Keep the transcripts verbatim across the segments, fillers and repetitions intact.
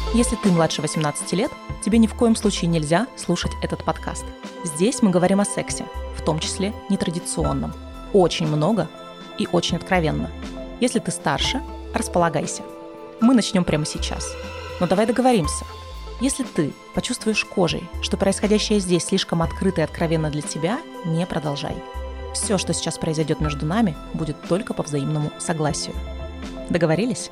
Если ты младше восемнадцати лет, тебе ни в коем случае нельзя слушать этот подкаст. Здесь мы говорим о сексе, в том числе нетрадиционном. Очень много и очень откровенно. Если ты старше, располагайся. Мы начнем прямо сейчас. Но давай договоримся. Если ты почувствуешь кожей, что происходящее здесь слишком открыто и откровенно для тебя, не продолжай. Все, что сейчас произойдет между нами, будет только по взаимному согласию. Договорились?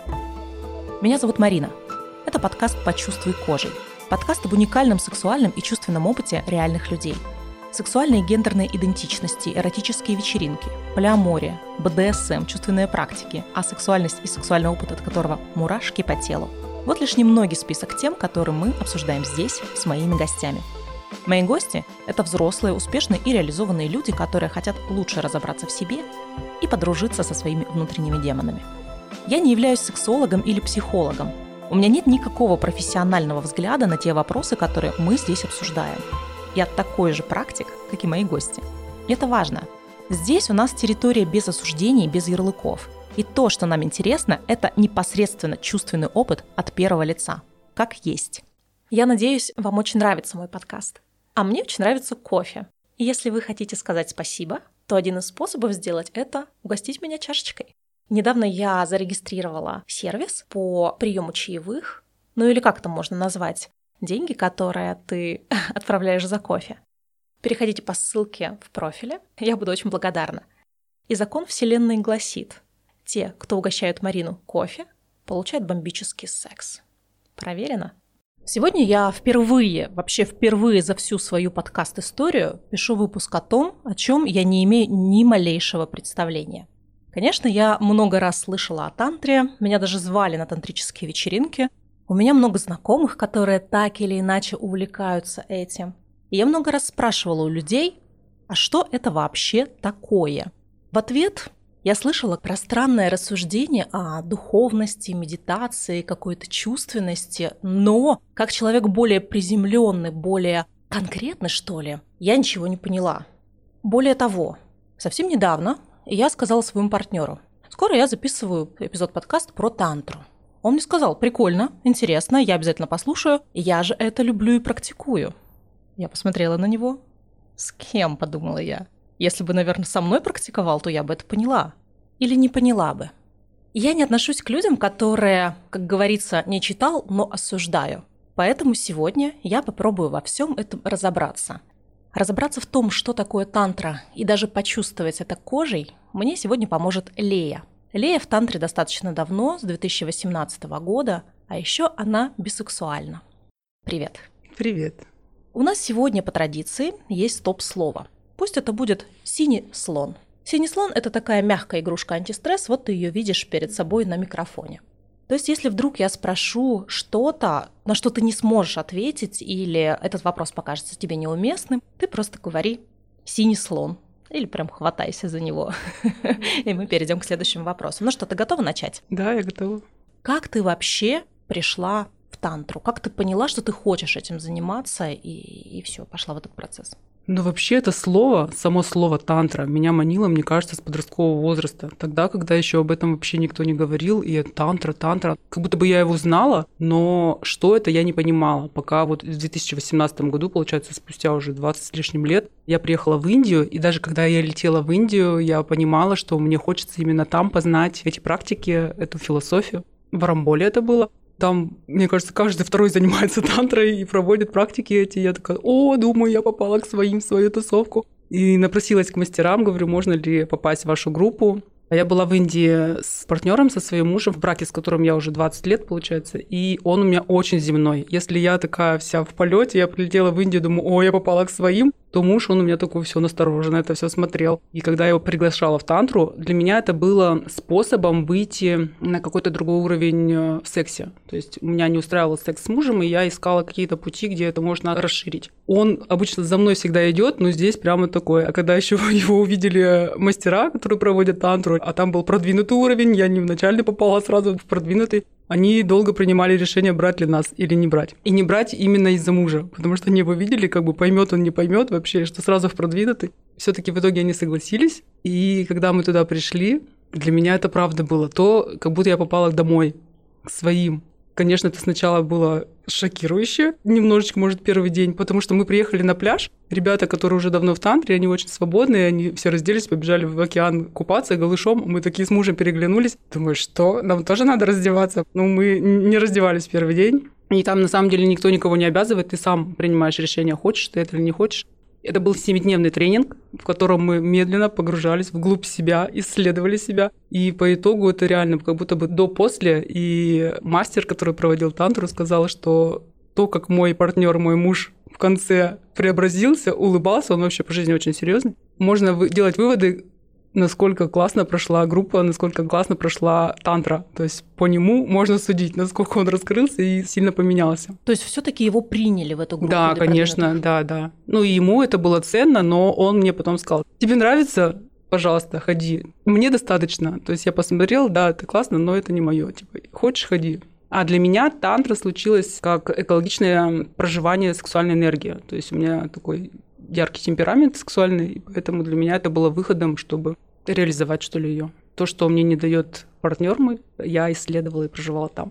Меня зовут Марина. Это подкаст «Почувствуй кожей». Подкаст об уникальном сексуальном и чувственном опыте реальных людей. Сексуальные и гендерные идентичности, эротические вечеринки, полиамория, бэ дэ эс эм, чувственные практики, а сексуальность и сексуальный опыт, от которого мурашки по телу. Вот лишь немногий список тем, которые мы обсуждаем здесь с моими гостями. Мои гости – это взрослые, успешные и реализованные люди, которые хотят лучше разобраться в себе и подружиться со своими внутренними демонами. Я не являюсь сексологом или психологом. У меня нет никакого профессионального взгляда на те вопросы, которые мы здесь обсуждаем. Я такой же практик, как и мои гости. И это важно. Здесь у нас территория без осуждений, без ярлыков. И то, что нам интересно, это непосредственно чувственный опыт от первого лица. Как есть. Я надеюсь, вам очень нравится мой подкаст. А мне очень нравится кофе. И если вы хотите сказать спасибо, то один из способов сделать это – угостить меня чашечкой. Недавно я зарегистрировала сервис по приему чаевых, ну или как это можно назвать, деньги, которые ты отправляешь за кофе. Переходите по ссылке в профиле, я буду очень благодарна. И закон вселенной гласит, те, кто угощают Марину кофе, получают бомбический секс. Проверено? Сегодня я впервые, вообще впервые за всю свою подкаст-историю пишу выпуск о том, о чем я не имею ни малейшего представления. Конечно, я много раз слышала о тантре, меня даже звали на тантрические вечеринки. У меня много знакомых, которые так или иначе увлекаются этим. И я много раз спрашивала у людей, а что это вообще такое? В ответ я слышала пространное рассуждение о духовности, медитации, какой-то чувственности, но как человек более приземленный, более конкретный, что ли, я ничего не поняла. Более того, совсем недавно я сказала своему партнеру: скоро я записываю эпизод подкаста про тантру. Он мне сказал: прикольно, интересно, я обязательно послушаю, я же это люблю и практикую. Я посмотрела на него. С кем, подумала я. Если бы, наверное, со мной практиковал, то я бы это поняла. Или не поняла бы. Я не отношусь к людям, которые, как говорится, не читал, но осуждаю. Поэтому сегодня я попробую во всем этом разобраться. Разобраться в том, что такое тантра, и даже почувствовать это кожей, мне сегодня поможет Лея. Лея в тантре достаточно давно, с две тысячи восемнадцатого года, а еще она бисексуальна. Привет. Привет. У нас сегодня по традиции есть стоп-слово. Пусть это будет синий слон. Синий слон – это такая мягкая игрушка антистресс, вот ты ее видишь перед собой на микрофоне. То есть если вдруг я спрошу что-то, на что ты не сможешь ответить, или этот вопрос покажется тебе неуместным, ты просто говори «синий слон». Или прям хватайся за него. И мы перейдем к следующему вопросу. Ну что, ты готова начать? Да, я готова. Как ты вообще пришла в тантру? Как ты поняла, что ты хочешь этим заниматься, и, и все, пошла в этот процесс? Ну, вообще, это слово, само слово тантра, меня манило, мне кажется, с подросткового возраста. Тогда, когда еще об этом вообще никто не говорил, и тантра, тантра, как будто бы я его знала, но что это, я не понимала. Пока вот в две тысячи восемнадцатом году, получается, спустя уже двадцать с лишним лет, я приехала в Индию, и даже когда я летела в Индию, я понимала, что мне хочется именно там познать эти практики, эту философию. В Арамболе это было. Там, мне кажется, каждый второй занимается тантрой и проводит практики эти. Я такая: о, думаю, я попала к своим, в свою тусовку. И напросилась к мастерам, говорю, можно ли попасть в вашу группу. Я была в Индии с партнером, со своим мужем, в браке, с которым я уже двадцать лет, получается, и он у меня очень земной. Если я такая вся в полете, я прилетела в Индию, думаю, о, я попала к своим, то муж, он у меня такой все настороженно это все смотрел. И когда я его приглашала в тантру, для меня это было способом выйти на какой-то другой уровень в сексе. То есть меня не устраивал секс с мужем, и я искала какие-то пути, где это можно расширить. Он обычно за мной всегда идет, но здесь прямо такой. А когда еще его увидели мастера, которые проводят тантру, а там был продвинутый уровень, я не в начальный попала, сразу в продвинутый, они долго принимали решение, брать ли нас или не брать. И не брать именно из-за мужа, потому что они его видели, как бы поймет он, не поймет вообще, что сразу в продвинутый. Все-таки в итоге они согласились, и когда мы туда пришли, для меня это правда было то, как будто я попала домой, к своим. Конечно, это сначала было шокирующе, немножечко, может, первый день, потому что мы приехали на пляж, ребята, которые уже давно в тантре, они очень свободные, они все разделись, побежали в океан купаться голышом, мы такие с мужем переглянулись, думаю, что, нам тоже надо раздеваться? Ну, мы не раздевались в первый день, и там, на самом деле, никто никого не обязывает, ты сам принимаешь решение, хочешь ты это или не хочешь. Это был семидневный тренинг, в котором мы медленно погружались вглубь себя, исследовали себя. И по итогу это реально как будто бы до-после. И мастер, который проводил тантру, сказал, что то, как мой партнер, мой муж в конце преобразился, улыбался, он вообще по жизни очень серьезный. Можно делать выводы, насколько классно прошла группа, насколько классно прошла тантра. То есть по нему можно судить, насколько он раскрылся и сильно поменялся. То есть все-таки его приняли в эту группу? Да, конечно, да, да. Ну и ему это было ценно, но он мне потом сказал: тебе нравится? Пожалуйста, ходи. Мне достаточно. То есть я посмотрела, да, это классно, но это не мое. Типа, хочешь, ходи. А для меня тантра случилась как экологичное проживание сексуальной энергии. То есть у меня такой яркий темперамент сексуальный, и поэтому для меня это было выходом, чтобы реализовать, что ли, ее. То, что мне не дает партнер мой, я исследовала и проживала там.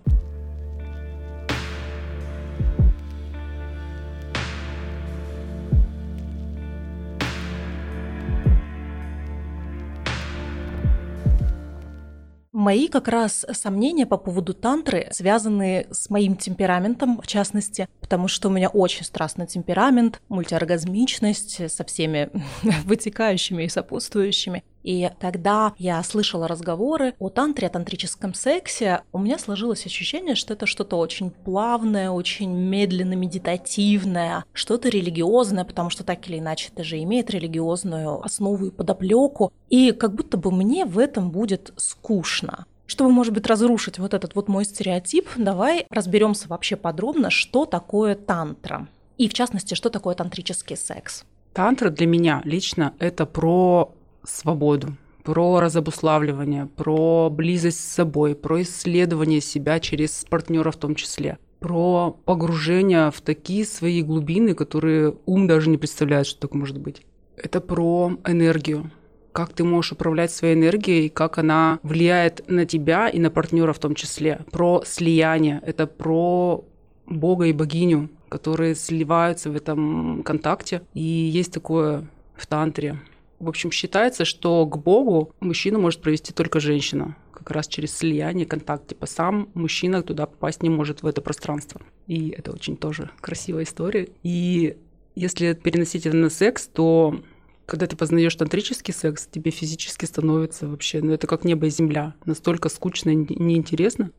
Мои как раз сомнения по поводу тантры связаны с моим темпераментом, в частности, потому что у меня очень страстный темперамент, мультиоргазмичность со всеми вытекающими и сопутствующими. И когда я слышала разговоры о тантре, о тантрическом сексе, у меня сложилось ощущение, что это что-то очень плавное, очень медленно-медитативное, что-то религиозное, потому что так или иначе это же имеет религиозную основу и подоплеку. И как будто бы мне в этом будет скучно. Чтобы, может быть, разрушить вот этот вот мой стереотип, давай разберемся вообще подробно, что такое тантра. И, в частности, что такое тантрический секс. Тантра для меня лично это про свободу, про разобуславливание, про близость с собой, про исследование себя через партнера в том числе, про погружение в такие свои глубины, которые ум даже не представляет, что так может быть. Это про энергию. Как ты можешь управлять своей энергией, как она влияет на тебя и на партнера в том числе. Про слияние. Это про Бога и богиню, которые сливаются в этом контакте. И есть такое в тантре. В общем, считается, что к Богу мужчину может провести только женщина. Как раз через слияние, контакт. Типа сам мужчина туда попасть не может, в это пространство. И это очень тоже красивая история. И если переносить это на секс, то когда ты познаешь тантрический секс, тебе физически становится вообще, ну это как небо и земля. Настолько скучно и неинтересно.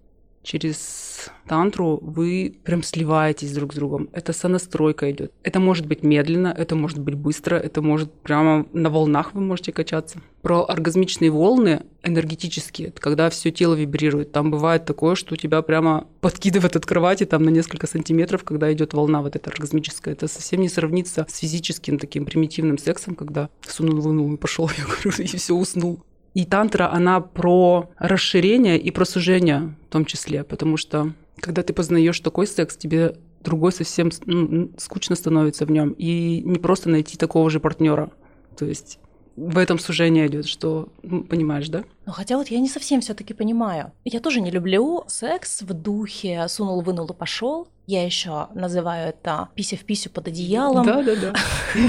Через тантру вы прям сливаетесь друг с другом. Это сонастройка идет. Это может быть медленно, это может быть быстро, это может прямо на волнах вы можете качаться. Про оргазмичные волны энергетические, это когда все тело вибрирует. Там бывает такое, что тебя прямо подкидывает от кровати там на несколько сантиметров, когда идет волна вот эта оргазмическая. Это совсем не сравнится с физическим таким примитивным сексом, когда сунул, вынул и пошел, я говорю, и все, уснул. И тантра, она про расширение и про сужение в том числе, потому что когда ты познаешь такой секс, тебе другой совсем ну, скучно становится в нем. И не просто найти такого же партнера. То есть в этом сужение идет, что, ну, понимаешь, да? Ну, хотя вот я не совсем все-таки понимаю. Я тоже не люблю секс в духе сунул, вынул и пошел. Я еще называю это пися в писю под одеялом. Да, да, да.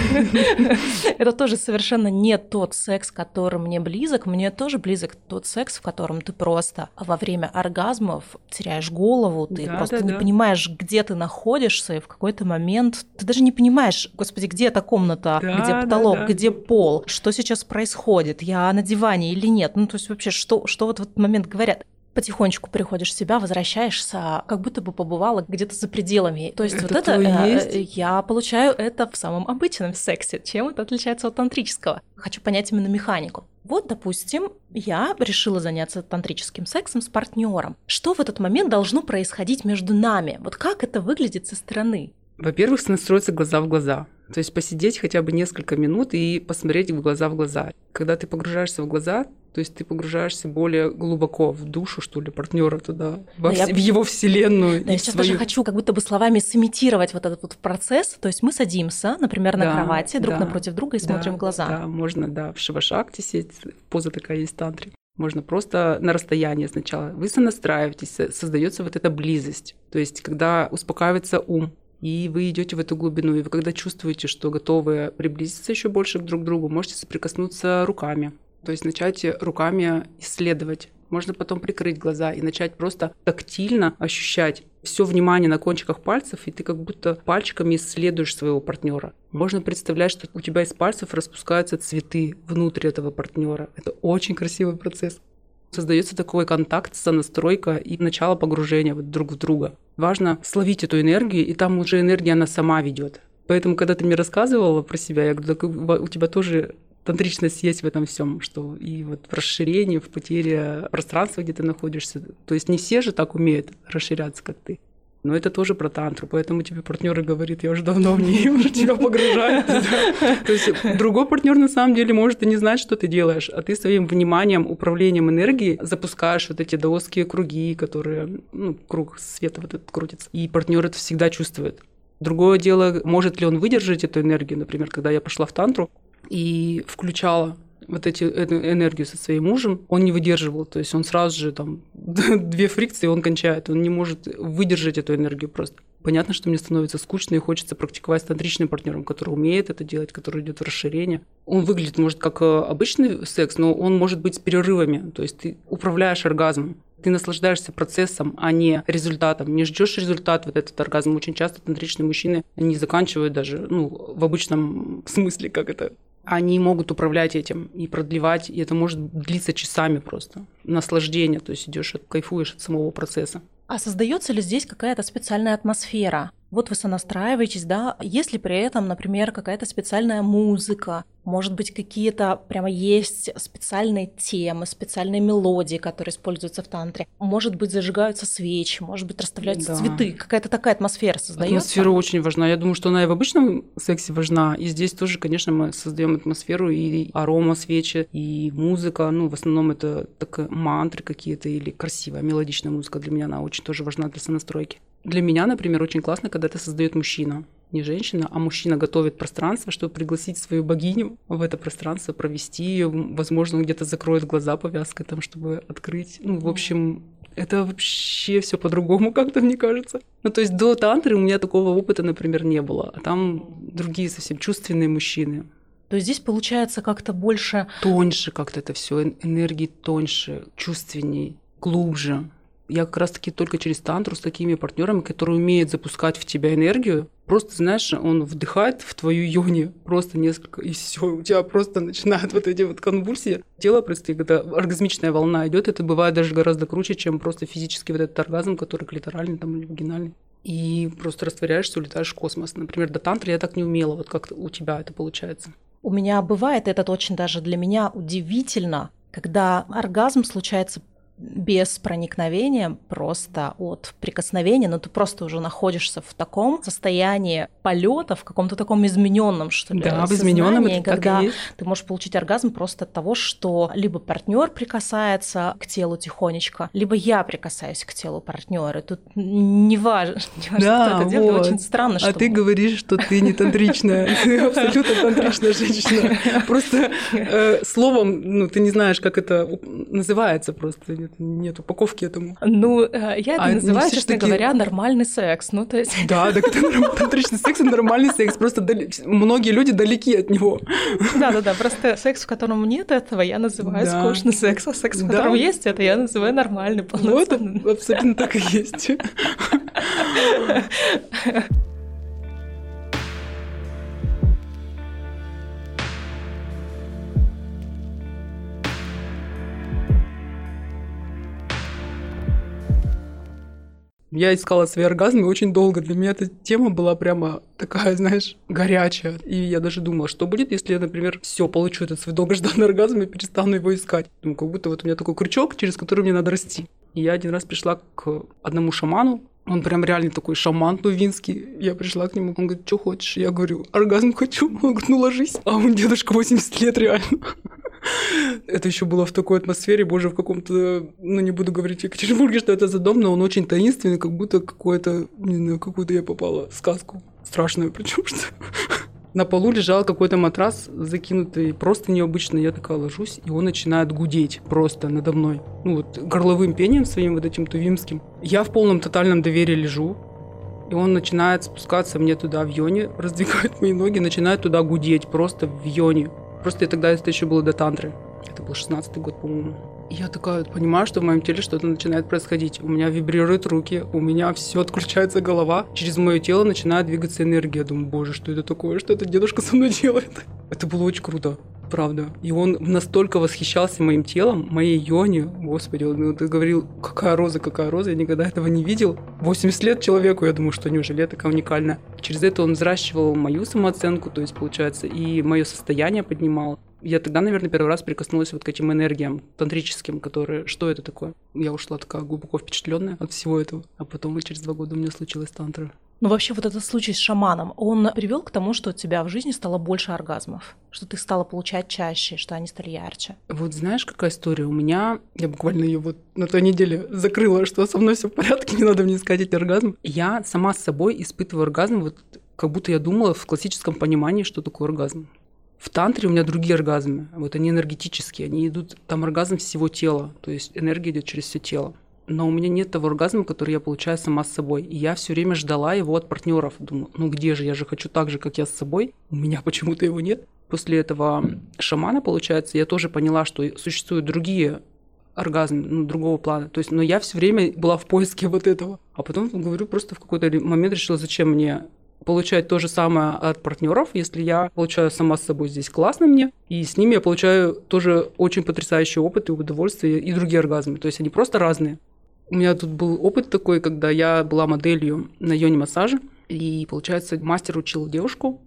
Это тоже совершенно не тот секс, который мне близок. Мне тоже близок тот секс, в котором ты просто во время оргазмов теряешь голову, ты Да, просто да, не да. понимаешь, где ты находишься, и в какой-то момент ты даже не понимаешь, господи, где эта комната, Да, где да, потолок, да. где пол, что сейчас происходит, я на диване или нет. Ну, то есть вообще, что, что вот в этот момент говорят? Потихонечку приходишь в себя, возвращаешься, как будто бы побывала где-то за пределами. То есть Это вот это то и э, есть. я получаю это в самом обычном сексе. Чем это отличается от тантрического? Хочу понять именно механику. Вот, допустим, я решила заняться тантрическим сексом с партнером. Что в этот момент должно происходить между нами? Вот как это выглядит со стороны? Во-первых, настроиться глаза в глаза. То есть посидеть хотя бы несколько минут и посмотреть в глаза в глаза. Когда ты погружаешься в глаза, то есть ты погружаешься более глубоко в душу, что ли, партнера туда, во Да вс- я- в его вселенную. Да, и я в сейчас свою- даже хочу как будто бы словами сымитировать вот этот вот процесс. То есть мы садимся, например, на Да, кровати друг да, напротив друга и да, смотрим в глаза. Да, можно, да, в шивашакте сесть, поза такая есть в тантре. Можно просто на расстоянии сначала. Вы сонастраиваетесь, создается вот эта близость. То есть, когда успокаивается ум, и вы идете в эту глубину, и вы когда чувствуете, что готовы приблизиться еще больше друг к другу, можете соприкоснуться руками. То есть начать руками исследовать. Можно потом прикрыть глаза и начать просто тактильно ощущать все внимание на кончиках пальцев, и ты как будто пальчиками исследуешь своего партнера. Можно представлять, что у тебя из пальцев распускаются цветы внутрь этого партнера. Это очень красивый процесс. Создается такой контакт, сонастройка и начало погружения вот друг в друга. Важно словить эту энергию, и там уже энергия, она сама ведет. Поэтому, когда ты мне рассказывала про себя, я говорю, у тебя тоже тантричность есть в этом всем, что и вот в расширении, в потере пространства, где ты находишься. То есть не все же так умеют расширяться, как ты. Но это тоже про тантру, поэтому тебе партнер говорит, я уже давно в ней, уже тебя погружает. То есть другой партнер на самом деле может и не знать, что ты делаешь, а ты своим вниманием, управлением энергией запускаешь вот эти даосские круги, которые, ну, круг света вот этот крутится. И партнер это всегда чувствует. Другое дело, может ли он выдержать эту энергию, например, когда я пошла в тантру и включала вот эти, эту энергию со своим мужем, он не выдерживал. То есть он сразу же там две фрикции, он кончает. Он не может выдержать эту энергию просто. Понятно, что мне становится скучно и хочется практиковать с тантричным партнером, который умеет это делать, который идет в расширение. Он выглядит, может, как обычный секс, но он может быть с перерывами. То есть ты управляешь оргазмом. Ты наслаждаешься процессом, а не результатом. Не ждешь результат, вот этот оргазм. Очень часто тантричные мужчины не заканчивают даже, ну, в обычном смысле, как это. Они могут управлять этим и продлевать, и это может длиться часами просто. Наслаждение, то есть идешь, кайфуешь от самого процесса. А создается ли здесь какая-то специальная атмосфера? Вот вы сонастраиваетесь, да, есть ли при этом, например, какая-то специальная музыка, может быть, какие-то прямо есть специальные темы, специальные мелодии, которые используются в тантре, может быть, зажигаются свечи, может быть, расставляются да. цветы, какая-то такая атмосфера создается. Атмосфера очень важна, я думаю, что она и в обычном сексе важна, и здесь тоже, конечно, мы создаем атмосферу, и арома свечи, и музыка, ну, в основном это так, мантры какие-то или красивая мелодичная музыка, для меня она очень тоже важна для сонастройки. Для меня, например, очень классно, когда это создает мужчина. Не женщина, а мужчина готовит пространство, чтобы пригласить свою богиню в это пространство, провести ее. Возможно, он где-то закроет глаза повязкой, там, чтобы открыть. Ну, в общем, это вообще все по-другому как-то, мне кажется. Ну, то есть до тантры у меня такого опыта, например, не было. А там другие совсем чувственные мужчины. То есть здесь получается как-то больше... Тоньше как-то это все, энергии тоньше, чувственней, глубже. Я как раз-таки только через тантру с такими партнерами, которые умеют запускать в тебя энергию. Просто, знаешь, он вдыхает в твою йони просто несколько, и все, у тебя просто начинают вот эти вот конвульсии. Тело просто, когда оргазмичная волна идет, это бывает даже гораздо круче, чем просто физически вот этот оргазм, который клиторальный там, или вагинальный. И просто растворяешься, улетаешь в космос. Например, до тантры я так не умела, вот как у тебя это получается. У меня бывает, это очень даже для меня удивительно, когда оргазм случается без проникновения, просто от прикосновения, но ты просто уже находишься в таком состоянии полета, в каком-то таком измененном, что ли, да, в измененном это когда так и есть. Ты можешь получить оргазм просто от того, что либо партнер прикасается к телу тихонечко, либо я прикасаюсь к телу партнера. Тут не важно, не важно да, кто это делает. Вот. Очень странно, а что... А ты говоришь, что ты не тантричная. Ты абсолютно тантричная женщина. Просто словом, ну, ты не знаешь, как это называется просто. Нет упаковки этому. Ну, я это а называю, честно такие... говоря, нормальный секс. Ну, то есть... Да, так это тантричный секс, это нормальный секс. Просто дали... многие люди далеки от него. Да-да-да, просто секс, в котором нет этого, я называю да. скучный секс, а секс, в да. котором есть это, я называю нормальный, полноценный. Вот, абсолютно так и есть. Я искала свои оргазмы очень долго. Для меня эта тема была прямо такая, знаешь, горячая. И я даже думала, что будет, если я, например, все получу этот свой долгожданный оргазм и перестану его искать. Думаю, как будто вот у меня такой крючок, через который мне надо расти. И я один раз пришла к одному шаману. Он прям реально такой шаман тувинский. Я пришла к нему, он говорит, что хочешь? Я говорю, оргазм хочу. Он говорит, ну ложись. А он дедушка восемьдесят лет реально. Это еще было в такой атмосфере, боже, в каком-то, ну не буду говорить в Екатеринбурге, что это за дом, но он очень таинственный, как будто какое-то, не знаю, какую-то я попала в сказку. Страшную, причем что. На полу лежал какой-то матрас закинутый, просто необычно. Я такая ложусь, и он начинает гудеть просто надо мной. Ну вот горловым пением своим вот этим тувимским. Я в полном тотальном доверии лежу, и он начинает спускаться мне туда в йоне, раздвигает мои ноги, начинает туда гудеть просто в йоне. Просто я тогда, это еще было до тантры. Это был шестнадцатый год, по-моему. И я такая вот понимаю, что в моем теле что-то начинает происходить. У меня вибрируют руки, у меня все отключается голова. Через мое тело начинает двигаться энергия. Я думаю, боже, что это такое? Что этот дедушка со мной делает? Это было очень круто, правда. И он настолько восхищался моим телом, моей йоне. Господи, он ты говорил, какая роза, какая роза. Я никогда этого не видел. восемьдесят лет человеку, я думаю, что неужели я такая уникальная. Через это он взращивал мою самооценку, то есть, получается, и мое состояние поднимал. Я тогда, наверное, первый раз прикоснулась вот к этим энергиям тантрическим, которые... Что это такое? Я ушла такая глубоко впечатленная от всего этого. А потом и через два года у меня случилась тантра. Ну вообще вот этот случай с шаманом, он привел к тому, что у тебя в жизни стало больше оргазмов? Что ты стала получать чаще, что они стали ярче? Вот знаешь, какая история? У меня... Я буквально ее вот на той неделе закрыла, что со мной все в порядке, не надо мне искать эти оргазмы. Я сама с собой испытываю оргазм, вот как будто я думала в классическом понимании, что такое оргазм. В тантре у меня другие оргазмы, вот они энергетические, они идут, там оргазм всего тела, то есть энергия идет через все тело. Но у меня нет того оргазма, который я получаю сама с собой. И я все время ждала его от партнеров. Думаю, ну где же, я же хочу так же, как я с собой. У меня почему-то его нет. После этого шамана, получается, я тоже поняла, что существуют другие оргазмы, ну, другого плана. То есть, но я все время была в поиске вот этого. А потом, говорю, просто в какой-то момент решила, зачем мне получать то же самое от партнеров, если я получаю сама с собой здесь классно мне, и с ними я получаю тоже очень потрясающий опыт и удовольствие, и другие оргазмы. То есть они просто разные. У меня тут был опыт такой, когда я была моделью на йони-массаже, и, получается, мастер учил девушку,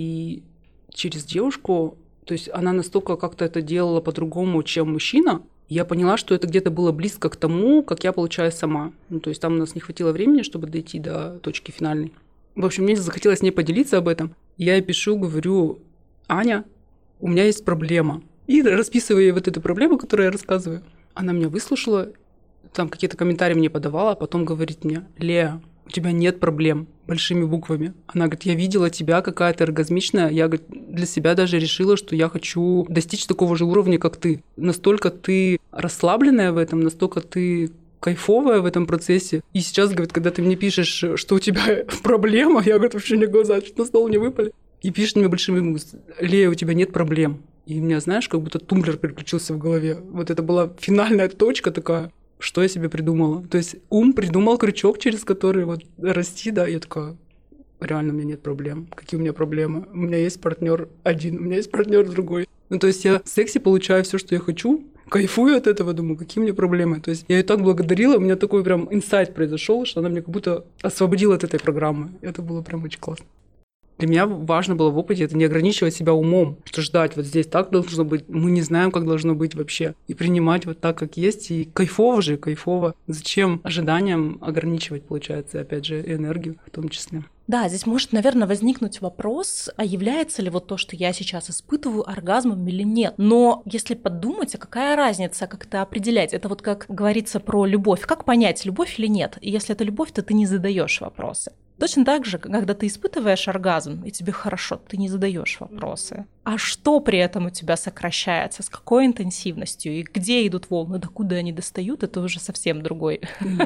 и через девушку, то есть она настолько как-то это делала по-другому, чем мужчина, я поняла, что это где-то было близко к тому, как я получаю сама. Ну, то есть там у нас не хватило времени, чтобы дойти до точки финальной. В общем, мне захотелось с ней поделиться об этом. Я ей пишу, говорю, Аня, у меня есть проблема. И расписываю ей вот эту проблему, которую я рассказываю. Она меня выслушала, там какие-то комментарии мне подавала, а потом говорит мне, Леа, у тебя нет проблем, большими буквами. Она говорит, я видела тебя, какая ты оргазмичная. Я, говорит, для себя даже решила, что я хочу достичь такого же уровня, как ты. Настолько ты расслабленная в этом, настолько ты кайфовая в этом процессе. И сейчас, говорит, когда ты мне пишешь, что у тебя проблема, я, говорит, вообще не глаза, что на стол не выпали. И пишет мне большими буквами, Лея, у тебя нет проблем. И у меня, знаешь, как будто тумблер переключился в голове. Вот это была финальная точка такая, что я себе придумала. То есть ум придумал крючок, через который вот расти, да, я такая, реально у меня нет проблем. Какие у меня проблемы? У меня есть партнер один, у меня есть партнер другой. Ну, то есть я в сексе получаю все, что я хочу, кайфую от этого, думаю, какие у меня проблемы. То есть я ее так благодарила, у меня такой прям инсайт произошел, что она меня как будто освободила от этой программы. Это было прям очень классно. Для меня важно было в опыте это не ограничивать себя умом, что ждать вот здесь так должно быть, мы не знаем, как должно быть вообще. И принимать вот так, как есть, и кайфово же, кайфово. Зачем ожиданиям ограничивать, получается, опять же, энергию в том числе. Да, здесь может, наверное, возникнуть вопрос, а является ли вот то, что я сейчас испытываю, оргазмом или нет. Но если подумать, а какая разница, как это определять? Это вот как говорится про любовь. Как понять, любовь или нет? И если это любовь, то ты не задаешь вопросы. Точно так же, когда ты испытываешь оргазм, и тебе хорошо, ты не задаешь вопросы. А что при этом у тебя сокращается, с какой интенсивностью, и где идут волны, до куда они достают, это уже совсем другой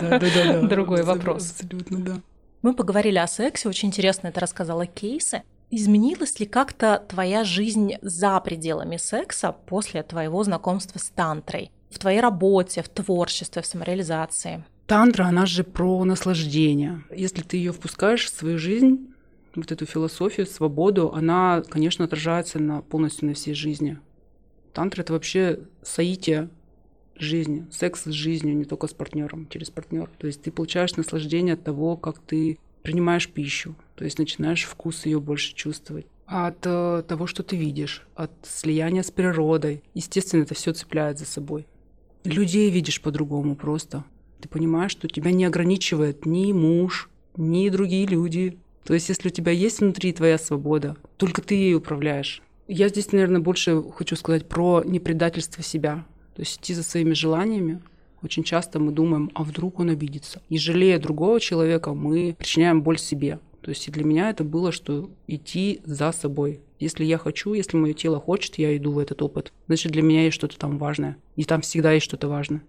другой вопрос. Абсолютно, да. Мы поговорили о сексе, очень интересно это рассказала кейсы. Изменилась ли как-то твоя жизнь за пределами секса после твоего знакомства с тантрой? В твоей работе, в творчестве, в самореализации? Тантра, она же про наслаждение. Если ты ее впускаешь в свою жизнь, вот эту философию, свободу, она, конечно, отражается на, полностью на всей жизни. Тантра — это вообще соитие жизни, секс с жизнью, не только с партнером, через партнера. То есть ты получаешь наслаждение от того, как ты принимаешь пищу, то есть начинаешь вкус ее больше чувствовать. От э, того, что ты видишь, от слияния с природой. Естественно, это все цепляет за собой. Людей видишь по-другому просто. Ты понимаешь, что тебя не ограничивает ни муж, ни другие люди. То есть если у тебя есть внутри твоя свобода, только ты ей управляешь. Я здесь, наверное, больше хочу сказать про непредательство себя. То есть идти за своими желаниями. Очень часто мы думаем, а вдруг он обидится. И жалея другого человека, мы причиняем боль себе. То есть и для меня это было, что идти за собой. Если я хочу, если мое тело хочет, я иду в этот опыт. Значит, для меня есть что-то там важное. И там всегда есть что-то важное.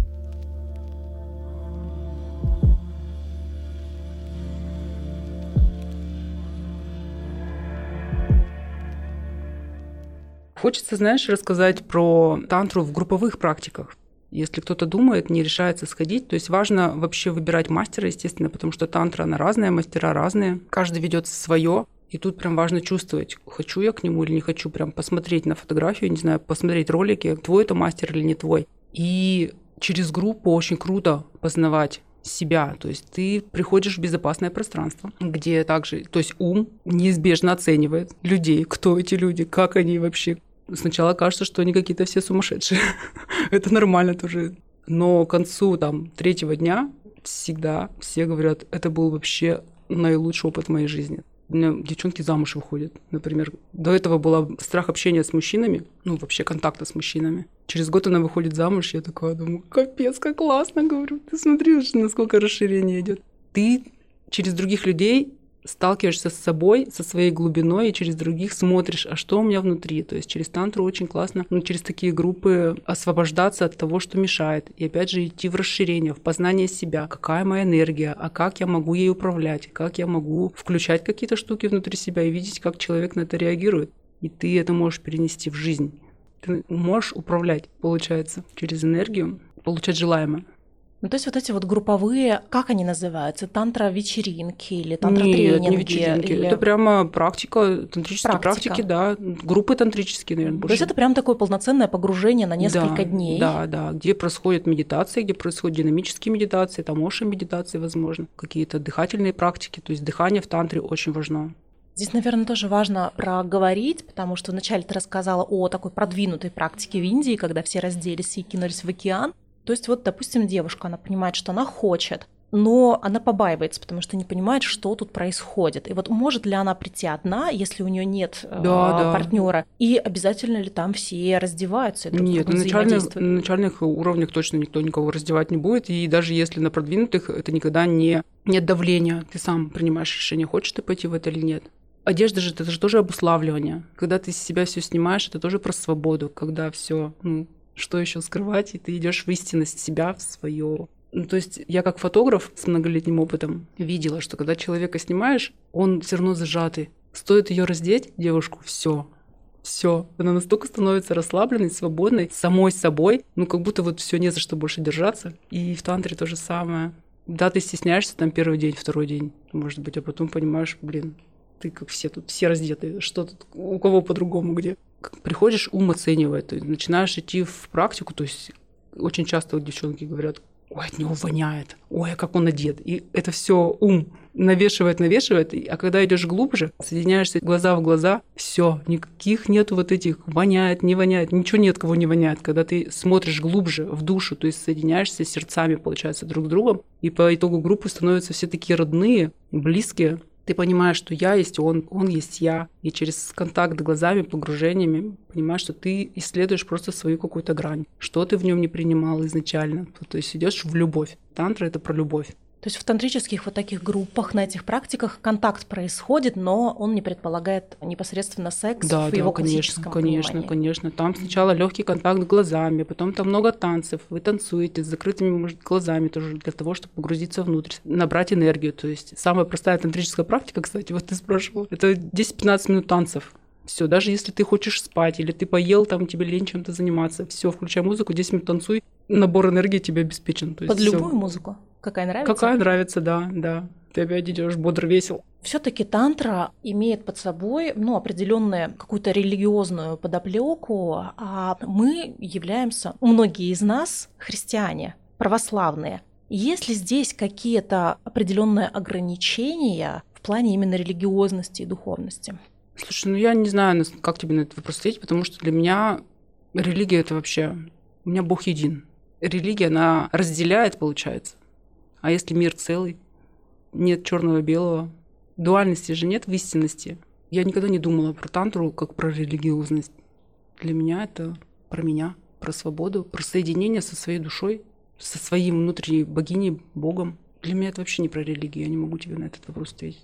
Хочется, знаешь, рассказать про тантру в групповых практиках. Если кто-то думает, не решается сходить, то есть важно вообще выбирать мастера, естественно, потому что тантра, она разная, мастера разные, каждый ведет свое, и тут прям важно чувствовать, хочу я к нему или не хочу, прям посмотреть на фотографию, не знаю, посмотреть ролики, твой это мастер или не твой. И через группу очень круто познавать себя, то есть ты приходишь в безопасное пространство, где также, то есть ум неизбежно оценивает людей, кто эти люди, как они вообще. Сначала кажется, что они какие-то все сумасшедшие. Это нормально тоже. Но к концу там, третьего дня всегда все говорят, это был вообще наилучший опыт в моей жизни. У меня девчонки замуж выходят, например. До этого был страх общения с мужчинами, ну, вообще контакта с мужчинами. Через год она выходит замуж, я такая думаю, капец, как классно, говорю. Ты смотри, насколько расширение идет. Ты через других людей сталкиваешься с собой, со своей глубиной, и через других смотришь, а что у меня внутри. То есть через тантру очень классно, ну, через такие группы освобождаться от того, что мешает. И опять же идти в расширение, в познание себя. Какая моя энергия, а как я могу ей управлять, как я могу включать какие-то штуки внутри себя и видеть, как человек на это реагирует. И ты это можешь перенести в жизнь. Ты можешь управлять, получается, через энергию, получать желаемое. Ну, то есть вот эти вот групповые, как они называются? Тантра-вечеринки или тантра-тренинги? Нет, не вечеринки. Или... Это прямо практика, тантрические Практика. практики, да. Группы тантрические, наверное, больше. То есть это прям такое полноценное погружение на несколько да, дней? Да, да, где происходят медитации, где происходят динамические медитации, там оши-медитации, возможно, какие-то дыхательные практики. То есть дыхание в тантре очень важно. Здесь, наверное, тоже важно проговорить, потому что вначале ты рассказала о такой продвинутой практике в Индии, когда все разделись и кинулись в океан. То есть вот, допустим, девушка, она понимает, что она хочет, но она побаивается, потому что не понимает, что тут происходит. И вот может ли она прийти одна, если у нее нет да, э, да. партнера, и обязательно ли там все раздеваются? Друг Нет, на начальных, на начальных уровнях точно никто никого раздевать не будет, и даже если на продвинутых, это никогда не нет давления, ты сам принимаешь решение, хочешь ты пойти в это или нет. Одежда же, это же тоже обуславливание. Когда ты с себя все снимаешь, это тоже про свободу, когда все, ну, что еще скрывать, и ты идешь в истинность себя, в свое. Ну, то есть я как фотограф с многолетним опытом видела, что когда человека снимаешь, он все равно зажатый. Стоит ее раздеть, девушку, все, все. Она настолько становится расслабленной, свободной, самой собой, ну как будто вот все не за что больше держаться. И в тантре то же самое. Да, ты стесняешься там первый день, второй день, может быть, а потом понимаешь, блин, ты как все тут, все раздеты, что тут, у кого по-другому, где. Приходишь, ум оценивает, то есть начинаешь идти в практику, то есть очень часто вот девчонки говорят, ой, от него воняет, ой, а как он одет. И это все ум навешивает, навешивает, а когда идешь глубже, соединяешься глаза в глаза, все, никаких нету вот этих воняет, не воняет, ничего нет, кого не воняет. Когда ты смотришь глубже в душу, то есть соединяешься сердцами, получается, друг с другом, и по итогу группы становятся все такие родные, близкие. Ты понимаешь, что я есть он, он есть я. И через контакт глазами, погружениями понимаешь, что ты исследуешь просто свою какую-то грань. Что ты в нем не принимал изначально. То есть идешь в любовь. Тантра — это про любовь. То есть в тантрических вот таких группах, на этих практиках контакт происходит, но он не предполагает непосредственно секс да, в да, его конечно, классическом конечно, понимании. конечно. Там сначала легкий контакт глазами, потом там много танцев. Вы танцуете с закрытыми, может, глазами тоже для того, чтобы погрузиться внутрь, набрать энергию. То есть самая простая тантрическая практика, кстати, вот ты спрашивал, это десять-пятнадцать минут танцев. Все, даже если ты хочешь спать, или ты поел, там тебе лень чем-то заниматься, все, включай музыку, десять минут танцуй, набор энергии тебе обеспечен. То есть Под всё. любую музыку? Какая нравится? Какая нравится, да, да. Ты опять идешь бодр, весел. Все-таки тантра имеет под собой, ну, определенную какую-то религиозную подоплеку, а мы являемся, многие из нас, христиане, православные. Есть ли здесь какие-то определенные ограничения в плане именно религиозности и духовности? Слушай, ну я не знаю, как тебе на этот вопрос ответить, потому что для меня религия — это вообще... У меня Бог един. Религия, она разделяет, получается. А если мир целый, нет черного-белого, дуальности же нет в истинности. Я никогда не думала про тантру как про религиозность. Для меня это про меня, про свободу, про соединение со своей душой, со своим внутренней богиней, Богом. Для меня это вообще не про религию, я не могу тебе на этот вопрос ответить.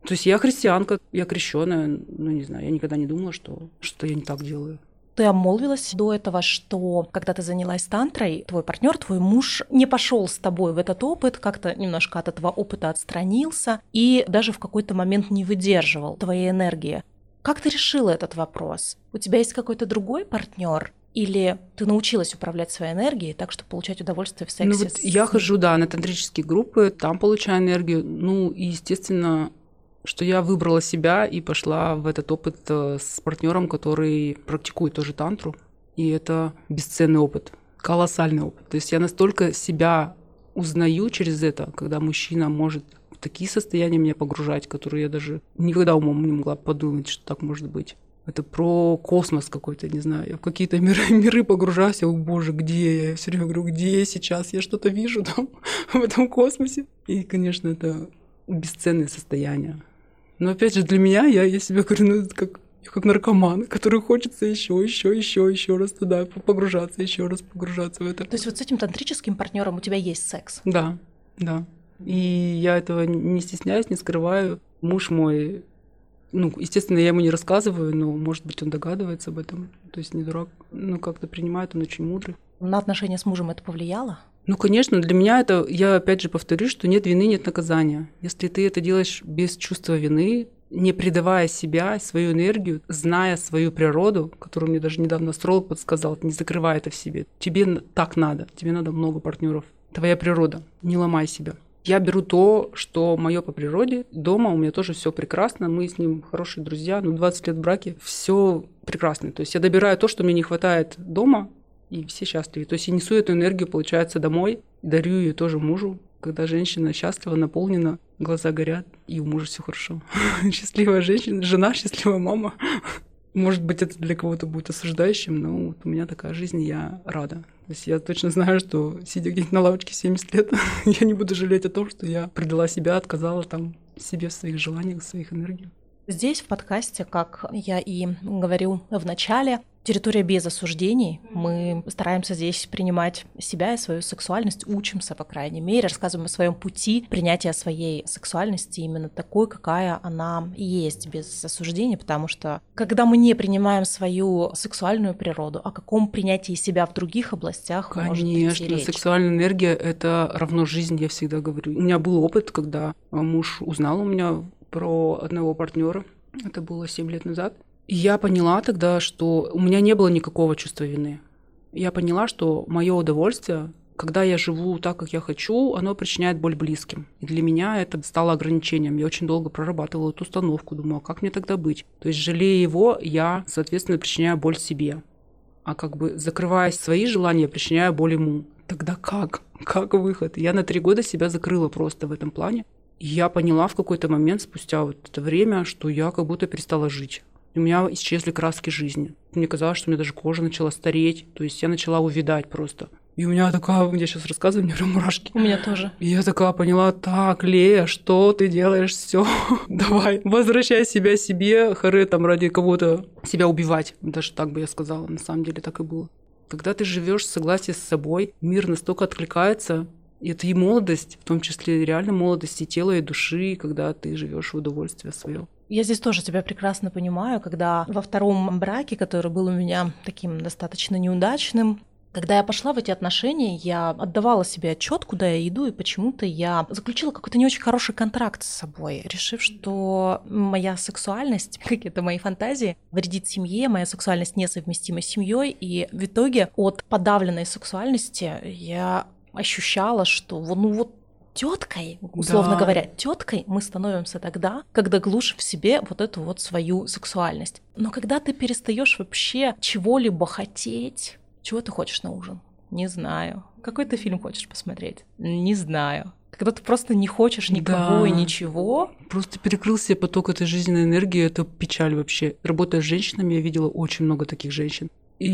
То есть я христианка, я крещеная, ну не знаю, я никогда не думала, что что я не так делаю. Ты обмолвилась до этого, что когда ты занялась тантрой, твой партнер, твой муж не пошел с тобой в этот опыт, как-то немножко от этого опыта отстранился и даже в какой-то момент не выдерживал твоей энергии. Как ты решила этот вопрос? У тебя есть какой-то другой партнер? Или ты научилась управлять своей энергией так, чтобы получать удовольствие в сексе? Ну вот я хожу, да, на тантрические группы, там получаю энергию. Ну и, естественно, что я выбрала себя и пошла в этот опыт с партнером, который практикует тоже тантру. И это бесценный опыт, колоссальный опыт. То есть я настолько себя узнаю через это, когда мужчина может в такие состояния меня погружать, которые я даже никогда умом не могла подумать, что так может быть. Это про космос какой-то, не знаю. Я в какие-то миры, миры погружаюсь, я, о боже, где я? Я все время говорю, где я сейчас? Я что-то вижу там, в этом космосе. И, конечно, это бесценное состояние. Но опять же, для меня, я, я себе говорю, ну, это как, как наркоман, который хочется еще, еще, еще, еще раз туда погружаться, еще раз погружаться в это. То есть вот с этим тантрическим партнером у тебя есть секс? Да, да. И я этого не стесняюсь, не скрываю. Муж мой, ну, естественно, я ему не рассказываю, но, может быть, он догадывается об этом. То есть не дурак, ну, как-то принимает, он очень мудрый. На отношения с мужем это повлияло? Ну, конечно, для меня это, я опять же повторюсь, что нет вины, нет наказания. Если ты это делаешь без чувства вины, не предавая себя, свою энергию, зная свою природу, которую мне даже недавно астролог подсказал, не закрывай это в себе. Тебе так надо, тебе надо много партнеров. Твоя природа, не ломай себя. Я беру то, что мое по природе. Дома у меня тоже все прекрасно, мы с ним хорошие друзья, ну, двадцать лет в браке, все прекрасно. То есть я добираю то, что мне не хватает дома, и все счастливы. То есть я несу эту энергию, получается, домой, дарю ее тоже мужу. Когда женщина счастлива, наполнена, глаза горят, и у мужа все хорошо. Счастливая женщина, жена, счастливая мама. Может быть, это для кого-то будет осуждающим, но вот у меня такая жизнь, и я рада. То есть я точно знаю, что, сидя где-нибудь на лавочке семьдесят лет, я не буду жалеть о том, что я предала себя, отказала там себе в своих желаниях, в своих энергиях. Здесь, в подкасте, как я и говорю в начале, территория без осуждений. Мы стараемся здесь принимать себя и свою сексуальность, учимся, по крайней мере, рассказываем о своем пути принятия своей сексуальности именно такой, какая она есть, без осуждений, потому что когда мы не принимаем свою сексуальную природу, о каком принятии себя в других областях Конечно, может идти речь? Конечно, сексуальная энергия — это равно жизнь, я всегда говорю. У меня был опыт, когда муж узнал у меня про одного партнера. Это было семь лет назад. И я поняла тогда, что у меня не было никакого чувства вины. Я поняла, что мое удовольствие, когда я живу так, как я хочу, оно причиняет боль близким. И для меня это стало ограничением. Я очень долго прорабатывала эту установку, думала, как мне тогда быть? То есть, жалея его, я, соответственно, причиняю боль себе. А как бы закрывая свои желания, я причиняю боль ему. Тогда как? Как выход? Я на три года себя закрыла просто в этом плане. И я поняла в какой-то момент, спустя вот это время, что я как будто перестала жить. У меня исчезли краски жизни. Мне казалось, что у меня даже кожа начала стареть. То есть я начала увядать просто. И у меня такая, я сейчас рассказываю, у меня прям мурашки. У меня тоже. И я такая поняла, так, Лея, что ты делаешь? Все, давай, возвращай себя себе, харе там ради кого-то себя убивать. Даже так бы я сказала, на самом деле так и было. Когда ты живешь в согласии с собой, мир настолько откликается. И это и молодость, в том числе реально молодость и тела, и души, когда ты живешь в удовольствие свое. Я здесь тоже тебя прекрасно понимаю, когда во втором браке, который был у меня таким достаточно неудачным, когда я пошла в эти отношения, я отдавала себе отчет, куда я иду, и почему-то я заключила какой-то не очень хороший контракт с собой, решив, что моя сексуальность, какие-то мои фантазии, вредит семье, моя сексуальность несовместима с семьей, и в итоге от подавленной сексуальности я ощущала, что ну вот теткой, условно да. говоря, теткой мы становимся тогда, когда глушим в себе вот эту вот свою сексуальность. Но когда ты перестаешь вообще чего-либо хотеть, чего ты хочешь на ужин? Не знаю. Какой ты фильм хочешь посмотреть? Не знаю. Когда ты просто не хочешь никого да. и ничего. Просто перекрыл себе поток этой жизненной энергии, это печаль вообще. Работая с женщинами, я видела очень много таких женщин.